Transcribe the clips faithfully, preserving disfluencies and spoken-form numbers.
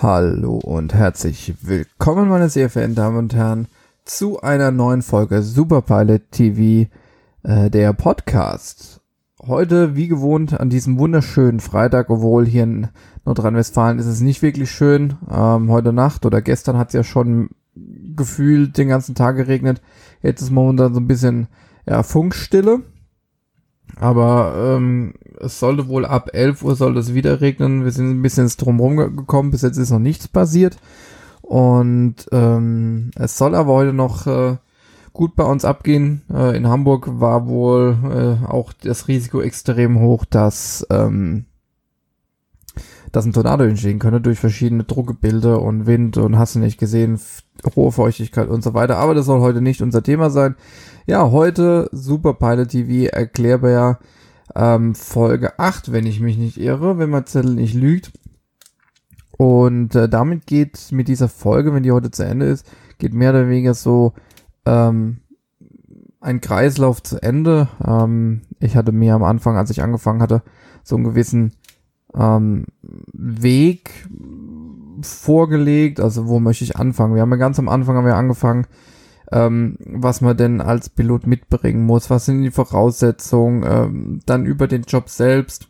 Hallo und herzlich willkommen, meine sehr verehrten Damen und Herren, zu einer neuen Folge Superpilot T V, äh, der Podcast. Heute, wie gewohnt, an diesem wunderschönen Freitag, obwohl hier in Nordrhein-Westfalen ist es nicht wirklich schön. Ähm, heute Nacht oder gestern hat es ja schon gefühlt den ganzen Tag geregnet. Jetzt ist momentan so ein bisschen ja, Funkstille. Aber ähm, es sollte wohl ab elf Uhr sollte es wieder regnen. Wir sind ein bisschen ins Drumherum gekommen. Bis jetzt ist noch nichts passiert. Und ähm, es soll aber heute noch äh, gut bei uns abgehen. Äh, in Hamburg war wohl äh, auch das Risiko extrem hoch, dass, ähm, dass ein Tornado entstehen könnte durch verschiedene Druckgebilde und Wind und hast du nicht gesehen, hohe Feuchtigkeit und so weiter. Aber das soll heute nicht unser Thema sein. Ja, heute Superpilot T V erklärbar ähm, Folge acht, wenn ich mich nicht irre, wenn mein Zettel nicht lügt. Und äh, damit geht mit dieser Folge, wenn die heute zu Ende ist, geht mehr oder weniger so ähm, ein Kreislauf zu Ende. Ähm, ich hatte mir am Anfang, als ich angefangen hatte, so einen gewissen ähm, Weg vorgelegt. Also wo möchte ich anfangen? Wir haben ja ganz am Anfang haben wir angefangen, Ähm, was man denn als Pilot mitbringen muss, was sind die Voraussetzungen, ähm, dann über den Job selbst,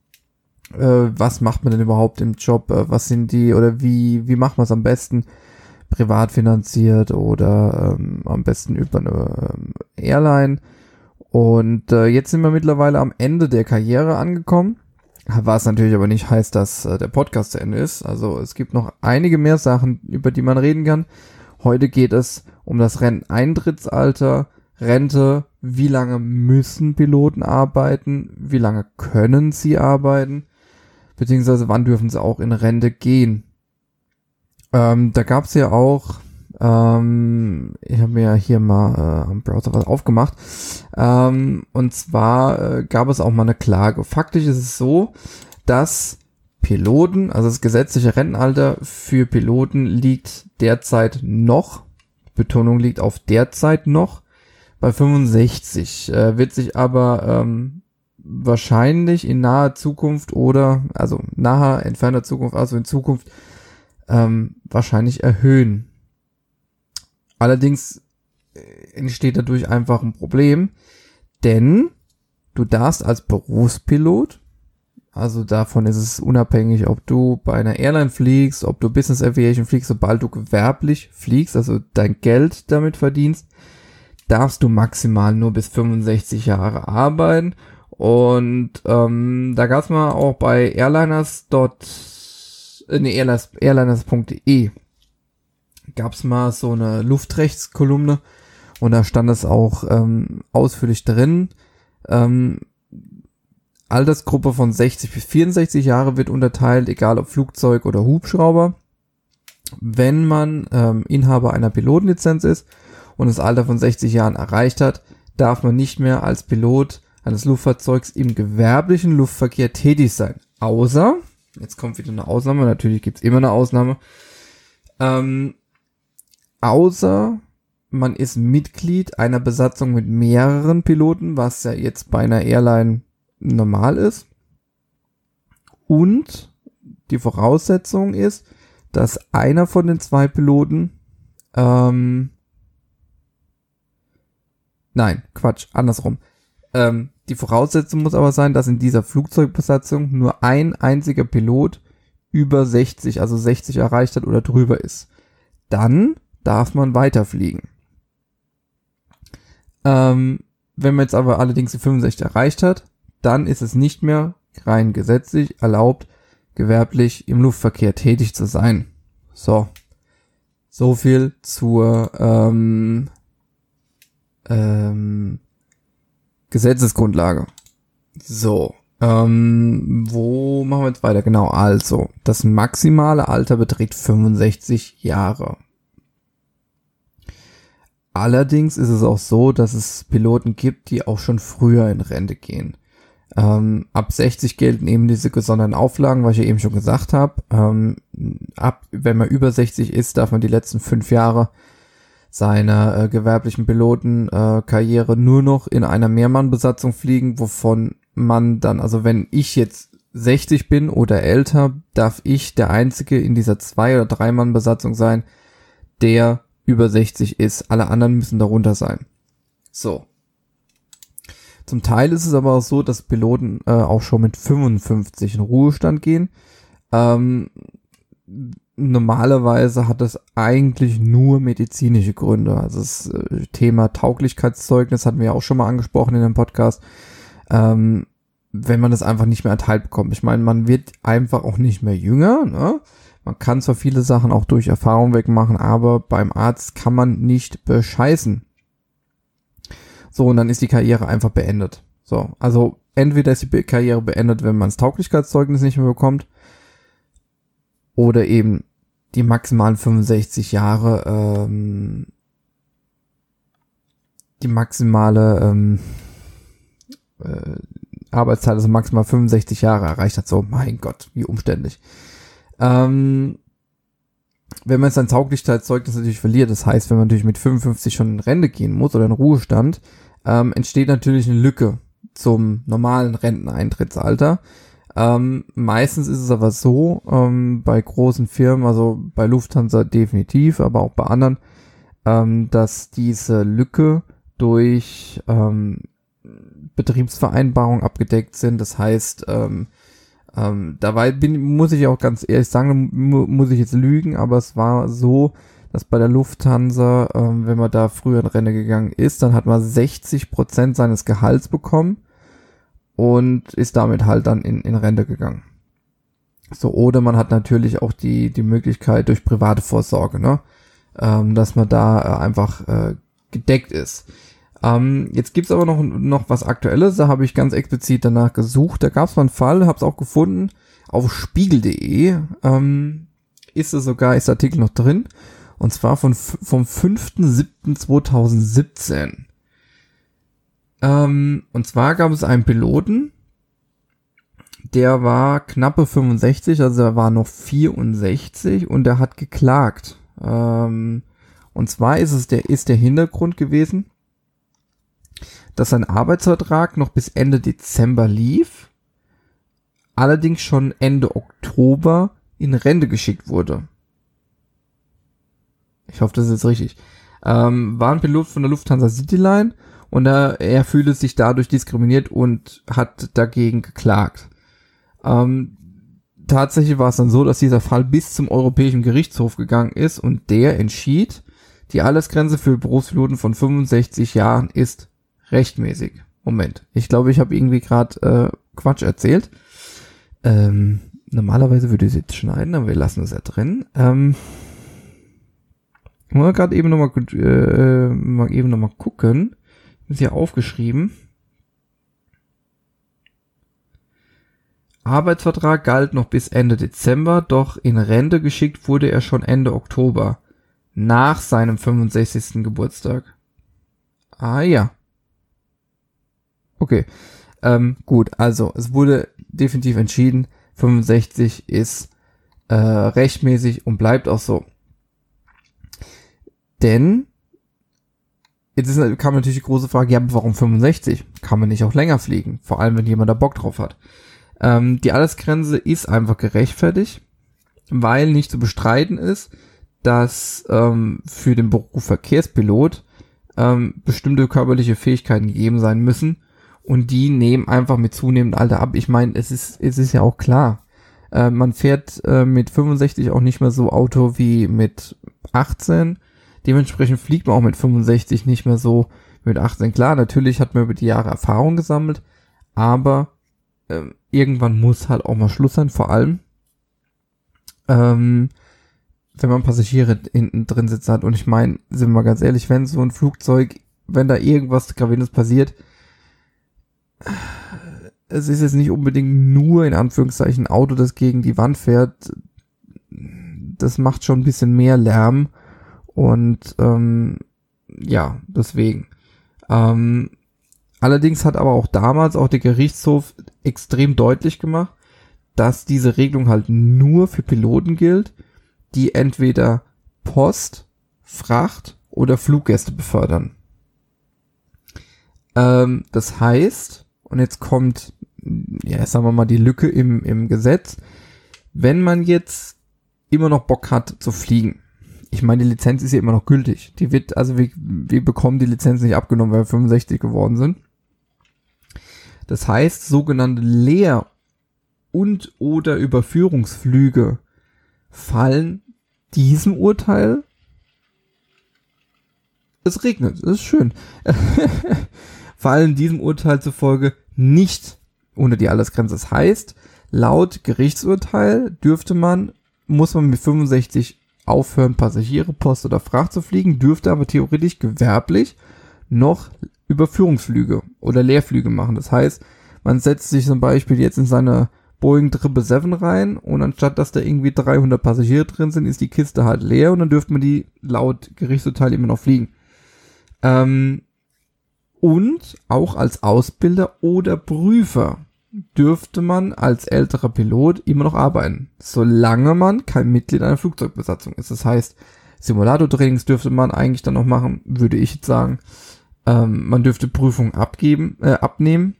äh, was macht man denn überhaupt im Job, äh, was sind die, oder wie wie macht man es am besten, privat finanziert oder ähm, am besten über eine ähm, Airline. Und äh, jetzt sind wir mittlerweile am Ende der Karriere angekommen, was natürlich aber nicht heißt, dass äh, der Podcast zu Ende ist. Also es gibt noch einige mehr Sachen, über die man reden kann. Heute geht es um das Renteneintrittsalter, Rente, wie lange müssen Piloten arbeiten, wie lange können sie arbeiten, beziehungsweise wann dürfen sie auch in Rente gehen. Ähm, da gab es ja auch, ähm, ich habe mir hier mal äh, am Browser was aufgemacht, ähm, und zwar äh, gab es auch mal eine Klage. Faktisch ist es so, dass Piloten, also das gesetzliche Rentenalter für Piloten liegt derzeit noch, Betonung liegt auf derzeit noch, bei fünfundsechzig, äh, wird sich aber ähm, wahrscheinlich in naher Zukunft oder, also naher, entfernter Zukunft, also in Zukunft ähm, wahrscheinlich erhöhen. Allerdings entsteht dadurch einfach ein Problem, denn du darfst als Berufspilot, also davon ist es unabhängig, ob du bei einer Airline fliegst, ob du Business Aviation fliegst, sobald du gewerblich fliegst, also dein Geld damit verdienst, darfst du maximal nur bis fünfundsechzig Jahre arbeiten. Und ähm, da gab es mal auch bei Airliners dort, äh, nee, Airliners, Airliners punkt de gab es mal so eine Luftrechtskolumne und da stand es auch ähm, ausführlich drin. Ähm, Altersgruppe von sechzig bis vierundsechzig Jahre wird unterteilt, egal ob Flugzeug oder Hubschrauber. Wenn man ähm, Inhaber einer Pilotenlizenz ist und das Alter von sechzig Jahren erreicht hat, darf man nicht mehr als Pilot eines Luftfahrzeugs im gewerblichen Luftverkehr tätig sein. Außer, jetzt kommt wieder eine Ausnahme, natürlich gibt's immer eine Ausnahme, ähm, außer man ist Mitglied einer Besatzung mit mehreren Piloten, was ja jetzt bei einer Airline normal ist, und die Voraussetzung ist, dass einer von den zwei Piloten ähm, nein, Quatsch, andersrum. Ähm, die Voraussetzung muss aber sein, dass in dieser Flugzeugbesatzung nur ein einziger Pilot über sechzig, also sechzig erreicht hat oder drüber ist. Dann darf man weiterfliegen. Ähm, wenn man jetzt aber allerdings die fünfundsechzig erreicht hat, dann ist es nicht mehr rein gesetzlich erlaubt, gewerblich im Luftverkehr tätig zu sein. So, so viel zur ähm, ähm, Gesetzesgrundlage. So, ähm, wo machen wir jetzt weiter? Genau, also, das maximale Alter beträgt fünfundsechzig Jahre. Allerdings ist es auch so, dass es Piloten gibt, die auch schon früher in Rente gehen. Ähm, ab sechzig gelten eben diese gesonderten Auflagen, was ich ja eben schon gesagt habe. Ähm, ab, wenn man über sechzig ist, darf man die letzten fünf Jahre seiner äh, gewerblichen Pilotenkarriere äh, nur noch in einer Mehrmannbesatzung fliegen, wovon man dann, also wenn ich jetzt sechzig bin oder älter, darf ich der Einzige in dieser Zwei- oder Drei-Mann-Besatzung sein, der über sechzig ist. Alle anderen müssen darunter sein. So. Zum Teil ist es aber auch so, dass Piloten äh, auch schon mit fünfundfünfzig in Ruhestand gehen. Ähm, normalerweise hat das eigentlich nur medizinische Gründe. Also das äh, Thema Tauglichkeitszeugnis hatten wir ja auch schon mal angesprochen in dem Podcast. Ähm, wenn man das einfach nicht mehr erteilt bekommt. Ich meine, man wird einfach auch nicht mehr jünger, ne? Man kann zwar viele Sachen auch durch Erfahrung wegmachen, aber beim Arzt kann man nicht bescheißen. So, und dann ist die Karriere einfach beendet. So, also entweder ist die Karriere beendet, wenn man das Tauglichkeitszeugnis nicht mehr bekommt, oder eben die maximalen fünfundsechzig Jahre, ähm, die maximale ähm, äh, Arbeitszeit, also maximal fünfundsechzig Jahre erreicht hat. So, mein Gott, wie umständlich. Ähm, wenn man sein Tauglichkeitszeugnis natürlich verliert, das heißt, wenn man natürlich mit fünfundfünfzig schon in Rente gehen muss oder in Ruhestand, ähm, entsteht natürlich eine Lücke zum normalen Renteneintrittsalter. Ähm, meistens ist es aber so, ähm, bei großen Firmen, also bei Lufthansa definitiv, aber auch bei anderen, ähm, dass diese Lücke durch ähm, Betriebsvereinbarungen abgedeckt sind. Das heißt, ähm, ähm, dabei bin, muss ich auch ganz ehrlich sagen, mu- muss ich jetzt lügen, aber es war so, dass bei der Lufthansa, ähm, wenn man da früher in Rente gegangen ist, dann hat man sechzig Prozent seines Gehalts bekommen und ist damit halt dann in, in Rente gegangen. So, oder man hat natürlich auch die, die Möglichkeit durch private Vorsorge, ne, ähm, dass man da äh, einfach äh, gedeckt ist. Ähm, jetzt gibt's aber noch, noch was Aktuelles, da habe ich ganz explizit danach gesucht. Da gab's mal einen Fall, habe es auch gefunden, auf spiegel punkt de ähm, ist es sogar, ist der Artikel noch drin, und zwar von, vom fünften siebten zweitausendsiebzehn. Ähm, und zwar gab es einen Piloten, der war knappe fünfundsechzig, also er war noch vierundsechzig und der hat geklagt. Ähm, und zwar ist es der, ist der Hintergrund gewesen, dass sein Arbeitsvertrag noch bis Ende Dezember lief, allerdings schon Ende Oktober in Rente geschickt wurde. Ich hoffe, das ist jetzt richtig. Ähm, war ein Pilot von der Lufthansa Cityline und er, er fühlte sich dadurch diskriminiert und hat dagegen geklagt. Ähm, tatsächlich war es dann so, dass dieser Fall bis zum Europäischen Gerichtshof gegangen ist und der entschied, die Altersgrenze für Berufspiloten von fünfundsechzig Jahren ist rechtmäßig. Moment, ich glaube, ich habe irgendwie gerade äh, Quatsch erzählt. Ähm, normalerweise würde ich es jetzt schneiden, aber wir lassen es ja drin. Ähm, ich muss gerade eben nochmal äh, mal eben noch mal gucken. Ich habe es hier aufgeschrieben. Arbeitsvertrag galt noch bis Ende Dezember, doch in Rente geschickt wurde er schon Ende Oktober, nach seinem fünfundsechzigsten Geburtstag. Ah ja. Okay, ähm, gut, also es wurde definitiv entschieden, fünfundsechzig ist äh, rechtmäßig und bleibt auch so. Denn, jetzt ist, kam natürlich die große Frage, ja, warum fünfundsechzig? Kann man nicht auch länger fliegen? Vor allem, wenn jemand da Bock drauf hat. Ähm, die Altersgrenze ist einfach gerechtfertigt, weil nicht zu bestreiten ist, dass ähm, für den Beruf Verkehrspilot ähm, bestimmte körperliche Fähigkeiten gegeben sein müssen und die nehmen einfach mit zunehmendem Alter ab. Ich meine, es ist es ist ja auch klar, äh, man fährt äh, mit fünfundsechzig auch nicht mehr so Auto wie mit achtzehn, dementsprechend fliegt man auch mit fünfundsechzig nicht mehr so mit achtzehn. Klar, natürlich hat man über die Jahre Erfahrung gesammelt, aber äh, irgendwann muss halt auch mal Schluss sein, vor allem ähm, wenn man Passagiere hinten drin sitzen hat. Und ich meine, sind wir mal ganz ehrlich, wenn so ein Flugzeug, wenn da irgendwas Gravierendes passiert, es ist jetzt nicht unbedingt nur in Anführungszeichen ein Auto, das gegen die Wand fährt. Das macht schon ein bisschen mehr Lärm. Und ähm, ja, deswegen. Ähm, allerdings hat aber auch damals auch der Gerichtshof extrem deutlich gemacht, dass diese Regelung halt nur für Piloten gilt, die entweder Post, Fracht oder Fluggäste befördern. Ähm, das heißt, und jetzt kommt ja, sagen wir mal, die Lücke im, im Gesetz. Wenn man jetzt immer noch Bock hat zu fliegen, ich meine, die Lizenz ist ja immer noch gültig. Die wird, also wir, wir bekommen die Lizenz nicht abgenommen, weil wir fünfundsechzig geworden sind. Das heißt, sogenannte Lehr- und oder Überführungsflüge fallen diesem Urteil. Es regnet, es ist schön. fallen diesem Urteil zufolge nicht unter die Altersgrenze. Das heißt, laut Gerichtsurteil dürfte man, muss man mit fünfundsechzig aufhören, Passagiere, Post oder Fracht zu fliegen, dürfte aber theoretisch gewerblich noch Überführungsflüge oder Leerflüge machen. Das heißt, man setzt sich zum Beispiel jetzt in seine Boeing sieben sieben sieben rein und anstatt, dass da irgendwie dreihundert Passagiere drin sind, ist die Kiste halt leer und dann dürfte man die laut Gerichtsurteil immer noch fliegen. Ähm, und auch als Ausbilder oder Prüfer dürfte man als älterer Pilot immer noch arbeiten, solange man kein Mitglied einer Flugzeugbesatzung ist. Das heißt, Simulator-Trainings dürfte man eigentlich dann noch machen, würde ich jetzt sagen. Ähm, man dürfte Prüfungen abgeben, äh, abnehmen.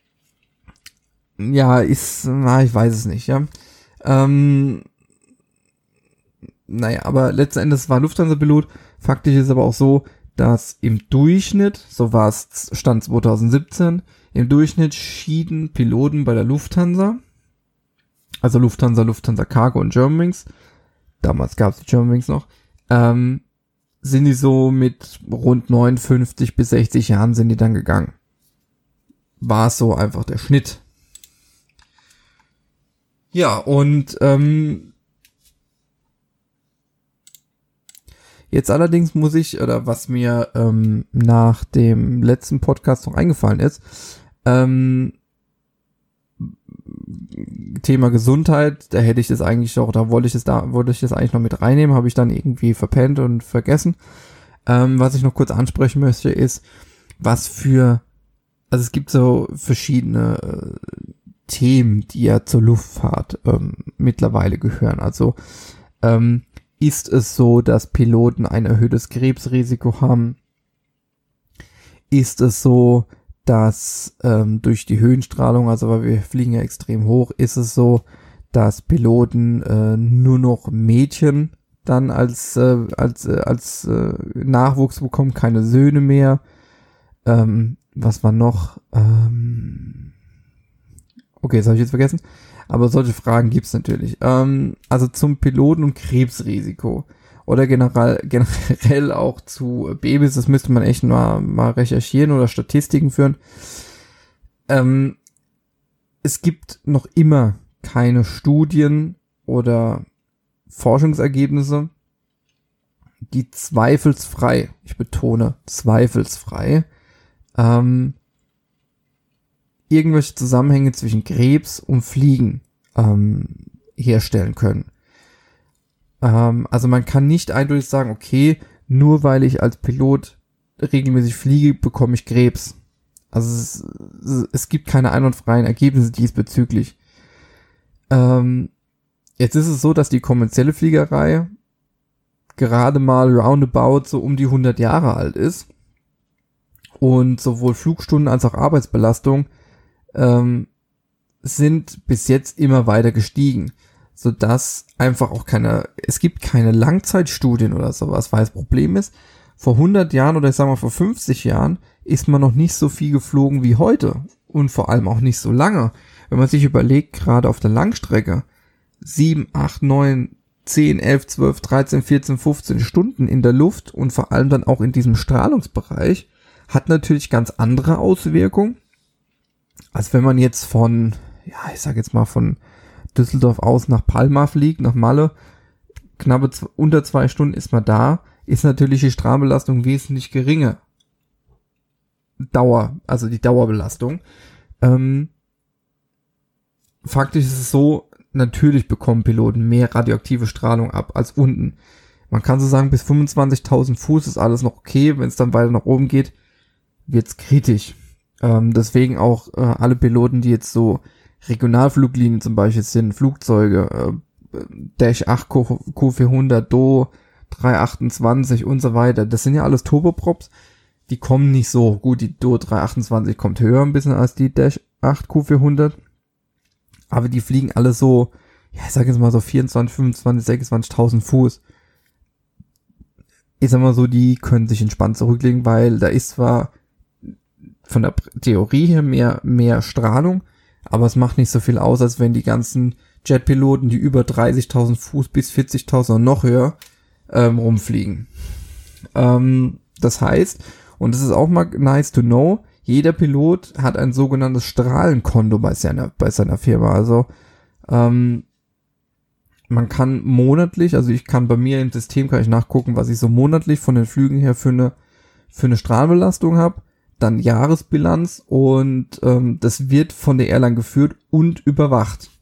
Ja, ist, na, ich weiß es nicht, ja. Ähm, naja, aber letzten Endes war Lufthansa-Pilot. Faktisch ist aber auch so, dass im Durchschnitt, so war es Stand zwanzig siebzehn, im Durchschnitt schieden Piloten bei der Lufthansa, also Lufthansa, Lufthansa Cargo und Germanwings, damals gab es die Germanwings noch, ähm, sind die so mit rund neunundfünfzig bis sechzig Jahren sind die dann gegangen. War so einfach der Schnitt. Ja, und ähm, jetzt allerdings muss ich, oder was mir ähm, nach dem letzten Podcast noch eingefallen ist, ähm, Thema Gesundheit, da hätte ich das eigentlich doch, da wollte ich das da, wollte ich das eigentlich noch mit reinnehmen, habe ich dann irgendwie verpennt und vergessen. Ähm, was ich noch kurz ansprechen möchte, ist, was für, also es gibt so verschiedene äh, Themen, die ja zur Luftfahrt ähm, mittlerweile gehören. Also ähm, ist es so, dass Piloten ein erhöhtes Krebsrisiko haben? Ist es so, dass ähm, durch die Höhenstrahlung, also weil wir fliegen ja extrem hoch, ist es so, dass Piloten äh, nur noch Mädchen dann als äh, als äh, als äh, Nachwuchs bekommen, keine Söhne mehr? Ähm, was war noch? Ähm, okay, das habe ich jetzt vergessen. Aber solche Fragen gibt's natürlich. Ähm, also zum Piloten- und Krebsrisiko. Oder generell, generell auch zu Babys, das müsste man echt mal, mal recherchieren oder Statistiken führen. Ähm, es gibt noch immer keine Studien oder Forschungsergebnisse, die zweifelsfrei, ich betone zweifelsfrei, ähm, irgendwelche Zusammenhänge zwischen Krebs und Fliegen ähm, herstellen können. Ähm, also man kann nicht eindeutig sagen, okay, nur weil ich als Pilot regelmäßig fliege, bekomme ich Krebs. Also es, es gibt keine einwandfreien Ergebnisse diesbezüglich. Ähm, jetzt ist es so, dass die kommerzielle Fliegerei gerade mal roundabout so um die hundert Jahre alt ist und sowohl Flugstunden als auch Arbeitsbelastung ähm, sind bis jetzt immer weiter gestiegen, sodass einfach auch keine, es gibt keine Langzeitstudien oder sowas, weil das Problem ist, vor hundert Jahren oder ich sag mal vor fünfzig Jahren ist man noch nicht so viel geflogen wie heute und vor allem auch nicht so lange. Wenn man sich überlegt, gerade auf der Langstrecke, sieben, acht, neun, zehn, elf, zwölf, dreizehn, vierzehn, fünfzehn Stunden in der Luft und vor allem dann auch in diesem Strahlungsbereich, hat natürlich ganz andere Auswirkungen, als wenn man jetzt von, ja, ich sag jetzt mal von Düsseldorf aus nach Palma fliegt, nach Malle, knappe z- unter zwei Stunden ist man da, ist natürlich die Strahlbelastung wesentlich geringer. Dauer, also die Dauerbelastung. Ähm, faktisch ist es so, natürlich bekommen Piloten mehr radioaktive Strahlung ab als unten. Man kann so sagen, bis fünfundzwanzigtausend Fuß ist alles noch okay, wenn es dann weiter nach oben geht, wird's kritisch. Ähm, deswegen auch äh, alle Piloten, die jetzt so Regionalfluglinien zum Beispiel sind, Flugzeuge, äh, Dash acht Q vierhundert, D O dreihundertachtundzwanzig und so weiter, das sind ja alles Turboprops, die kommen nicht so gut, die D O dreihundertachtundzwanzig kommt höher ein bisschen als die Dash acht Q vierhundert. Aber die fliegen alle so, ja, ich sag jetzt mal so vierundzwanzig, fünfundzwanzig, sechsundzwanzigtausend Fuß. Ich sag mal so, die können sich entspannt zurücklegen, weil da ist zwar von der Theorie her mehr, mehr Strahlung, aber es macht nicht so viel aus, als wenn die ganzen Jetpiloten, die über dreißigtausend Fuß bis vierzigtausend und noch höher ähm, rumfliegen. Ähm, das heißt, und das ist auch mal nice to know, jeder Pilot hat ein sogenanntes Strahlenkonto bei seiner, bei seiner Firma. Also ähm, man kann monatlich, also ich kann bei mir im System, kann ich nachgucken, was ich so monatlich von den Flügen her für eine, für eine Strahlenbelastung habe, dann Jahresbilanz und ähm, das wird von der Airline geführt und überwacht.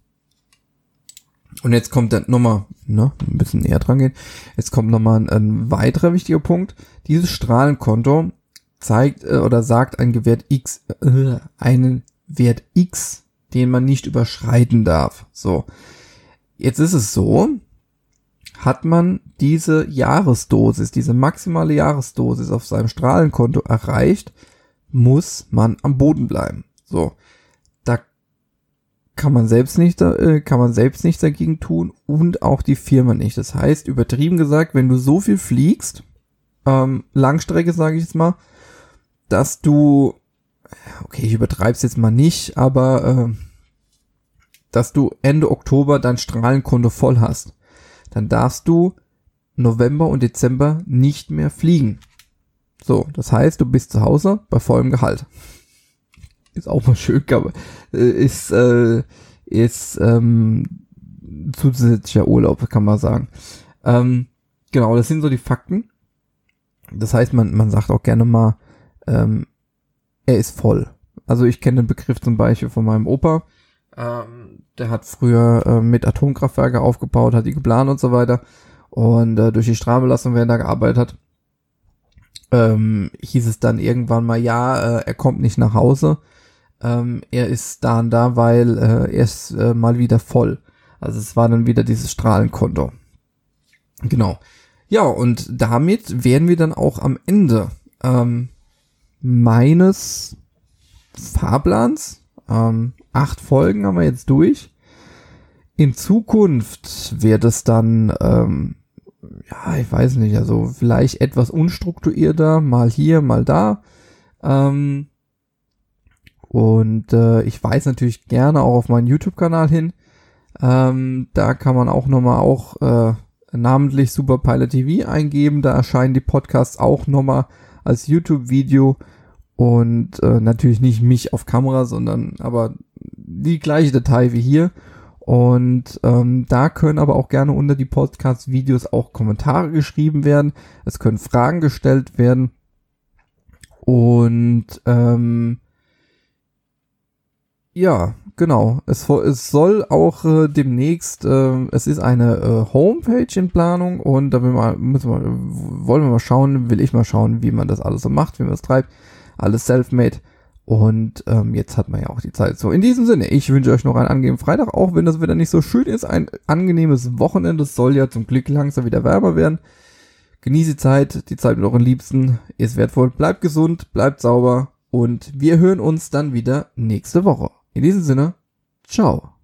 Und jetzt kommt dann nochmal, ne, ein bisschen näher dran gehen, jetzt kommt nochmal ein, ein weiterer wichtiger Punkt. Dieses Strahlenkonto zeigt äh, oder sagt einen Wert X, äh, einen Wert X, den man nicht überschreiten darf. So, jetzt ist es so, hat man diese Jahresdosis, diese maximale Jahresdosis auf seinem Strahlenkonto erreicht, muss man am Boden bleiben. So, da kann man selbst nicht, äh, kann man selbst nichts dagegen tun und auch die Firma nicht. Das heißt, übertrieben gesagt, wenn du so viel fliegst, ähm, Langstrecke sage ich jetzt mal, dass du, okay, ich übertreib's jetzt mal nicht, aber äh, dass du Ende Oktober dein Strahlenkonto voll hast, dann darfst du November und Dezember nicht mehr fliegen. So, das heißt, du bist zu Hause bei vollem Gehalt. Ist auch mal schön, aber ist, äh, ist ähm, zusätzlicher Urlaub, kann man sagen. Ähm, genau, das sind so die Fakten. Das heißt, man, man sagt auch gerne mal, ähm, er ist voll. Also ich kenne den Begriff zum Beispiel von meinem Opa. Ähm, der hat früher äh, mit Atomkraftwerke aufgebaut, hat die geplant und so weiter. Und äh, durch die Strahlenbelastung, während er gearbeitet hat, ähm, hieß es dann irgendwann mal, ja, äh, er kommt nicht nach Hause. Ähm, er ist da und da, weil äh, er ist äh, mal wieder voll. Also es war dann wieder dieses Strahlenkonto. Genau. Ja, und damit wären wir dann auch am Ende ähm, meines Fahrplans. Ähm, acht Folgen haben wir jetzt durch. In Zukunft wird es dann, ähm, ja, ich weiß nicht, also vielleicht etwas unstrukturierter, mal hier, mal da. Ähm, und äh, ich weise natürlich gerne auch auf meinen YouTube-Kanal hin. Ähm, da kann man auch nochmal auch äh, namentlich Superpilot T V eingeben. Da erscheinen die Podcasts auch nochmal als YouTube-Video. Und äh, natürlich nicht mich auf Kamera, sondern aber die gleiche Datei wie hier. Und ähm, da können aber auch gerne unter die Podcast-Videos auch Kommentare geschrieben werden. Es können Fragen gestellt werden. Und ähm, ja, genau. Es, es soll auch äh, demnächst, äh, es ist eine äh, Homepage in Planung und da will mal, müssen wir, wollen wir mal schauen, will ich mal schauen, wie man das alles so macht, wie man das treibt. Alles self-made. Und ähm, jetzt hat man ja auch die Zeit. So, in diesem Sinne, ich wünsche euch noch einen angenehmen Freitag, auch wenn das Wetter nicht so schön ist. Ein angenehmes Wochenende. Es soll ja zum Glück langsam wieder wärmer werden. Genießt die Zeit, die Zeit mit euren Liebsten. Ist wertvoll. Bleibt gesund, bleibt sauber. Und wir hören uns dann wieder nächste Woche. In diesem Sinne, ciao.